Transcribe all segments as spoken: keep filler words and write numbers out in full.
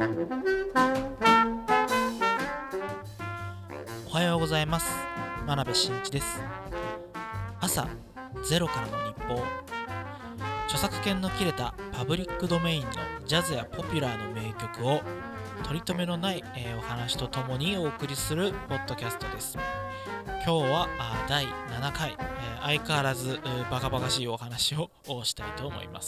おはようございます。真鍋真一です。朝ゼロからの日報。著作権の切れたパブリックドメインのジャズやポピュラーの名曲を取り留めのない、えーお話とともにお送りするポッドキャストです。今日はあだいななかい、えー相変わらずうーバカバカしいお話ををしたいと思います。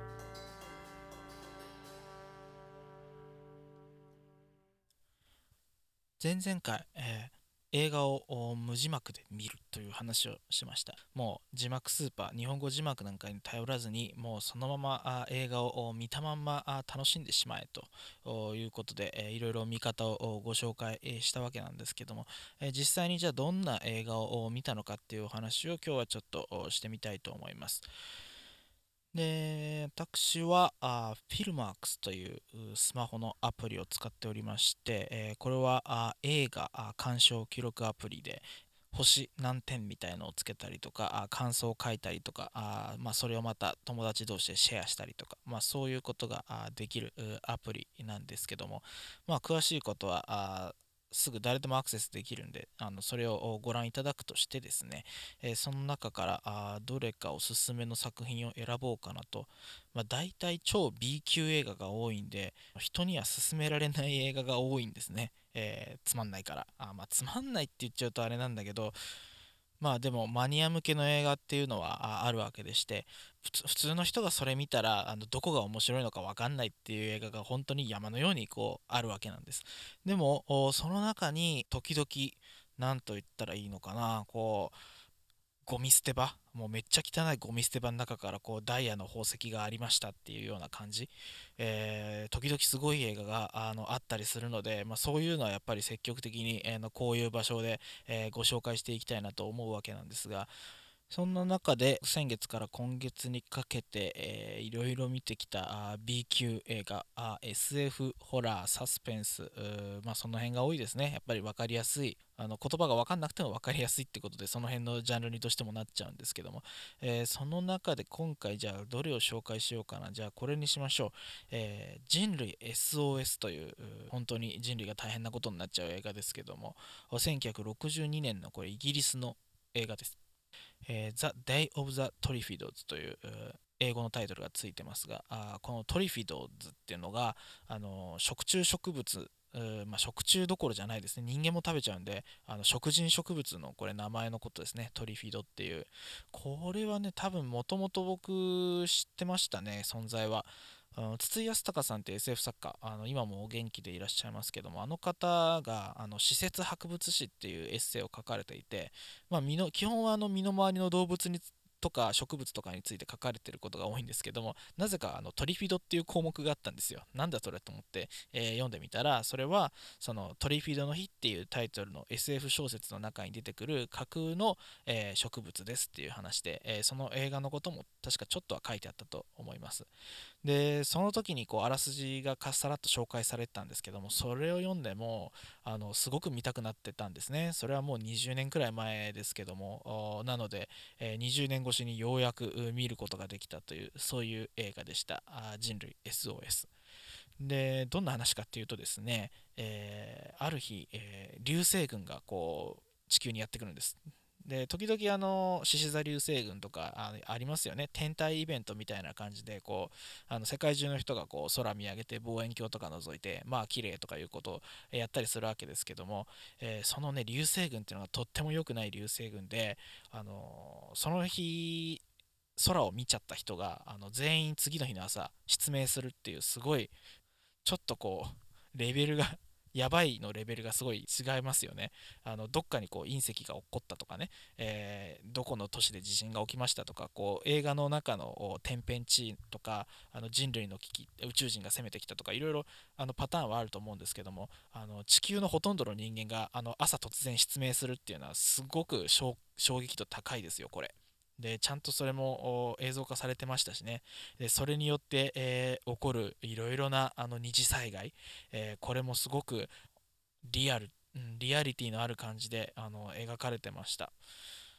前々回、えー映画をお無字幕で見るという話をしました。もう字幕スーパー、日本語字幕なんかに頼らずに、もうそのままあ映画をお見たまんまあ楽しんでしまえとおいうことで、えーいろいろ見方をおご紹介えーしたわけなんですけども、えー実際にじゃあどんな映画をお見たのかっていうお話を今日はちょっとおしてみたいと思います。で、私はあフィルマークスといううスマホのアプリを使っておりまして、えーこれはあ映画あ鑑賞記録アプリで星何点みたいのをつけたりとか、あ感想を書いたりとか、あまあ、それをまた友達同士でシェアしたりとか、まあ、そういうことがあできるうアプリなんですけども、まあ、詳しいことはあすぐ誰でもアクセスできるんで、あのそれをご覧いただくとしてですね、えーその中からあどれかおすすめの作品を選ぼうかなと、まあ、大体超 B 級映画が多いんで、人には勧められない映画が多いんですね。えーつまんないから。あ、まあ、つまんないって言っちゃうとあれなんだけど、まあでもマニア向けの映画っていうのはああるわけでして、普通普通の人がそれ見たらあのどこが面白いのか分かんないっていう映画が本当に山のようにこうあるわけなんです。でもおその中に時々何と言ったらいいのかな、こうゴミ捨て場、もうめっちゃ汚いゴミ捨て場の中からこうダイヤの宝石がありましたっていうような感じ、えー時々すごい映画があのあったりするので、まあ、そういうのはやっぱり積極的に、えーのこういう場所で、えーご紹介していきたいなと思うわけなんですが、そんな中で先月から今月にかけて、えーいろいろ見てきたあー B 級映画、あー エスエフ、ホラー、サスペンス、うーまあ、その辺が多いですね。やっぱり分かりやすい、あの言葉が分かんなくても分かりやすいってことで、その辺のジャンルにどうしてもなっちゃうんですけども、えーその中で今回じゃあどれを紹介しようかな。じゃあこれにしましょう。えー人類 エスオーエス という、うー本当に人類が大変なことになっちゃう映画ですけども、せんきゅうひゃくろくじゅうにねんのこれイギリスの映画です。えー The Day of the Triffids という、英語のタイトルがついてますが、あこのトリフィドーズっていうのが、あの食虫植物、まあ、食虫どころじゃないですね。人間も食べちゃうんで、あの食人植物のこれ名前のことですね。トリフィドっていう。これはね、多分もともと僕知ってましたね、存在は。あの筒井康隆さんって エスエフ 作家、あの今もお元気でいらっしゃいますけども、あの方があの施設博物誌っていうエッセイを書かれていて、まあ、身の基本はあの身の回りの動物にとか植物とかについて書かれていることが多いんですけども、なぜかあのトリフィドっていう項目があったんですよ。なんだそれと思って、えー読んでみたら、それはそのトリフィドの日っていうタイトルの エスエフ 小説の中に出てくる架空の、えー植物ですっていう話で、えーその映画のことも確かちょっとは書いてあったと思います。で、その時にこうあらすじがかっさらっと紹介されてたんですけども、それを読んでもあのすごく見たくなってたんですね。それはもうにじゅうねんくらい前ですけども、なので、えーにじゅうねん越しにようやく見ることができたという、そういう映画でした。あ人類 エスオーエス。で、どんな話かっていうとですね、えーある日、えー流星群がこう地球にやってくるんです。で、時々あの獅子座流星群とかあありますよね。天体イベントみたいな感じで、こうあの世界中の人がこう空見上げて望遠鏡とか覗いて、まあ綺麗とかいうことをやったりするわけですけども、えーそのね流星群っていうのがとっても良くない流星群で、あのーその日空を見ちゃった人があの全員次の日の朝失明するっていうすごいちょっとこう、レベルがやばいのレベルがすごい違いますよね。あのどっかにこう隕石が起こったとかね、えーどこの都市で地震が起きましたとか、こう映画の中の天変地異とか、あの人類の危機、宇宙人が攻めてきたとか、いろいろあのパターンはあると思うんですけども、あの地球のほとんどの人間があの朝突然失明するっていうのは、すごく衝衝撃度高いですよ、これ。で、ちゃんとそれも映像化されてましたしね。で、それによって、えー起こるいろいろなあの二次災害、えーこれもすごくリアル、うんリアリティのある感じであの描かれてました。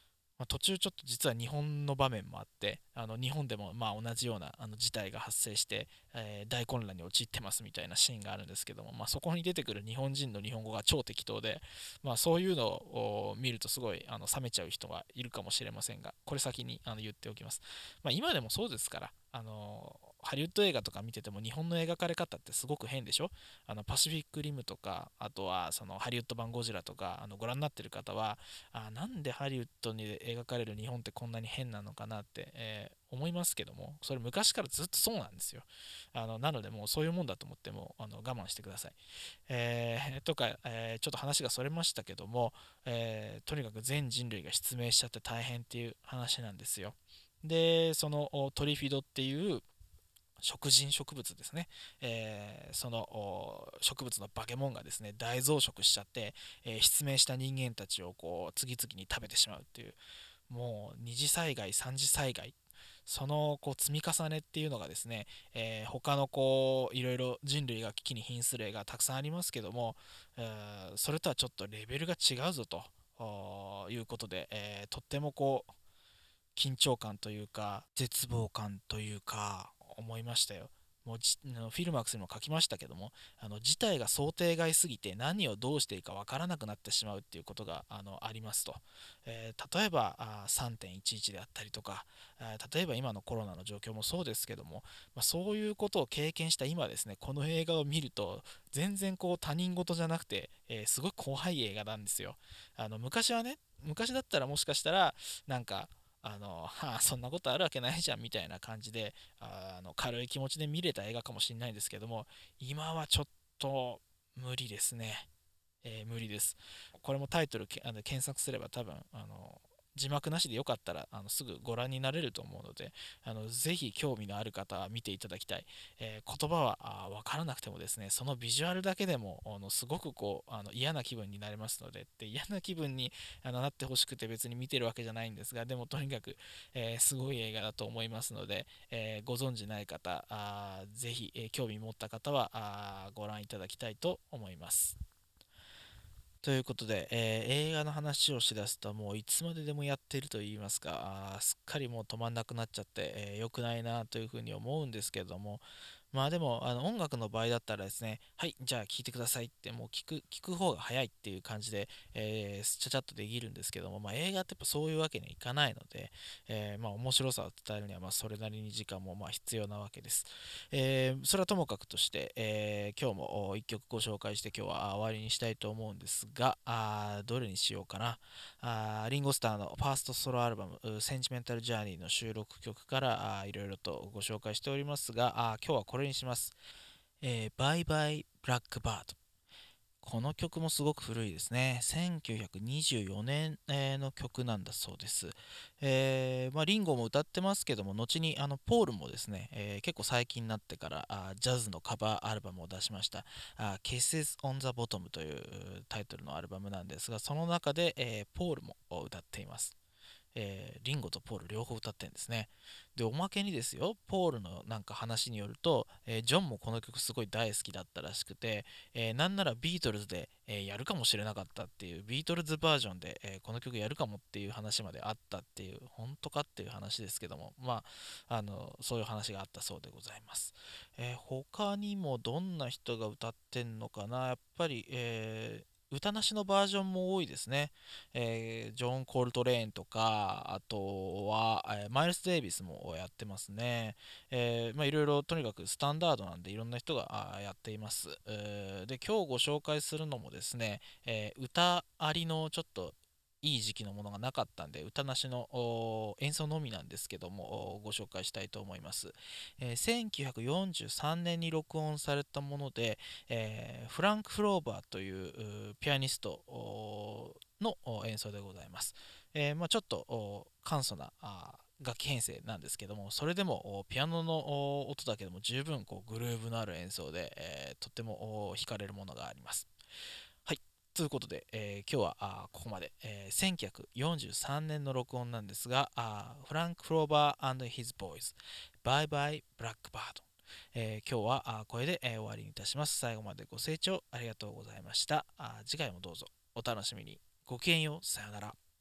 まあ、途中ちょっと実は日本の場面もあって、あの日本でもまあ同じようなあの事態が発生して、えー大混乱に陥ってますみたいなシーンがあるんですけども、まあ、そこに出てくる日本人の日本語が超適当で、まあ、そういうのを見るとすごいあの冷めちゃう人がいるかもしれませんが、これ先にあの言っておきます。まあ、今でもそうですから、あのハリウッド映画とか見てても日本の描かれ方ってすごく変でしょ。あのパシフィックリムとか、あとはそのハリウッド版ゴジラとかあのご覧になってる方は、あなんでハリウッドに描かれる日本ってこんなに変なのかなって、えー思いますけども、それ昔からずっとそうなんですよ。あのなのでもうそういうもんだと思ってもあの我慢してください。えーとか、えーちょっと話がそれましたけども、えーとにかく全人類が失明しちゃって大変っていう話なんですよ。で、そのトリフィドっていう食人植物ですね、えーその植物の化け物がですね大増殖しちゃって、えー失明した人間たちをこう次々に食べてしまうっていう、もう二次災害三次災害、そのこう積み重ねっていうのがですね、えー他のこういろいろ人類が危機に瀕する例がたくさんありますけども、えーそれとはちょっとレベルが違うぞということで、えーとってもこう緊張感というか絶望感というか思いましたよ。もうじフィルマークスにも書きましたけども、あの事態が想定外すぎて何をどうしていいかわからなくなってしまうっていうことがあのありますと、えー例えばあさんてんいちいちであったりとか、えー例えば今のコロナの状況もそうですけども、まあ、そういうことを経験した今ですね、この映画を見ると全然こう他人事じゃなくて、えーすごい怖い映画なんですよ。あの昔はね、昔だったらもしかしたらなんかあの、はあ、そんなことあるわけないじゃんみたいな感じで、あの軽い気持ちで見れた映画かもしれないんですけども、今はちょっと無理ですね。えー無理です。これもタイトルけあの検索すれば多分あの字幕なしでよかったらあのすぐご覧になれると思うので、あのぜひ興味のある方は見ていただきたい。えー言葉はあ分からなくてもですね、そのビジュアルだけでもあのすごくこうあの嫌な気分になれますので、で嫌な気分にあのなってほしくて別に見てるわけじゃないんですが、でもとにかく、えーすごい映画だと思いますので、えーご存知ない方、あーぜひ、えー興味持った方はあーご覧いただきたいと思います。ということで、えー映画の話をしだすともういつまででもやっていると言いますか、あーすっかりもう止まんなくなっちゃって、えー良くないなというふうに思うんですけれども、まあでもあの音楽の場合だったらですね、はい、じゃあ聴いてくださいってもう聞く、聞く方が早いっていう感じで、えーちゃちゃっとできるんですけども、まあ、映画ってやっぱそういうわけにはいかないので、えーまあ面白さを伝えるにはまあそれなりに時間もまあ必要なわけです。えーそれはともかくとして、えー今日もいっきょくご紹介して今日は終わりにしたいと思うんですが、あーどれにしようかな。あーリンゴスターのファーストソロアルバム、センチメンタルジャーニーの収録曲からあーいろいろとご紹介しておりますが、あー今日はこれにします。えー、バイバイブラックバード。この曲もすごく古いですね。せんきゅうひゃくにじゅうよねん、えーの曲なんだそうです。えーまあ、リンゴも歌ってますけども、後にあのポールもですね、えー結構最近になってからあジャズのカバーアルバムを出しました。あ Kisses on the Bottom というタイトルのアルバムなんですが、その中で、えーポールも歌っています。えーリンゴとポール両方歌ってるんですね。で、おまけにですよ、ポールのなんか話によると、えージョンもこの曲すごい大好きだったらしくて、えーなんならビートルズで、えーやるかもしれなかったっていう、ビートルズバージョンで、えーこの曲やるかもっていう話まであったっていう、本当かっていう話ですけども、まあ、あの、そういう話があったそうでございます。えー他にもどんな人が歌ってんのかな、やっぱり、えー歌なしのバージョンも多いですね。えージョン・コールトレーンとか、あとは、えーマイルス・デイビスもやってますね。えーまあ、いろいろとにかくスタンダードなんでいろんな人があやっています。えーで、今日ご紹介するのもですね、えー歌ありのちょっといい時期のものがなかったんで、歌なしの演奏のみなんですけども、ご紹介したいと思います。えーせんきゅうひゃくよんじゅうさんねんに録音されたもので、えーフランク・フローバーというピアニストの演奏でございます。えーまあ、ちょっと簡素な楽器編成なんですけども、それでもピアノの音だけでも十分こうグルーヴのある演奏で、えーとっても惹かれるものがあります。はい。ということで、えー今日はあここまで、えーせんきゅうひゃくよんじゅうさんねんの録音なんですが、あフランク・フローバー and his boys Bye Bye Blackbird、えー今日はあこれで、えー終わりにいたします。最後までご清聴ありがとうございました。あ次回もどうぞお楽しみに。ごきげんよう。さようなら。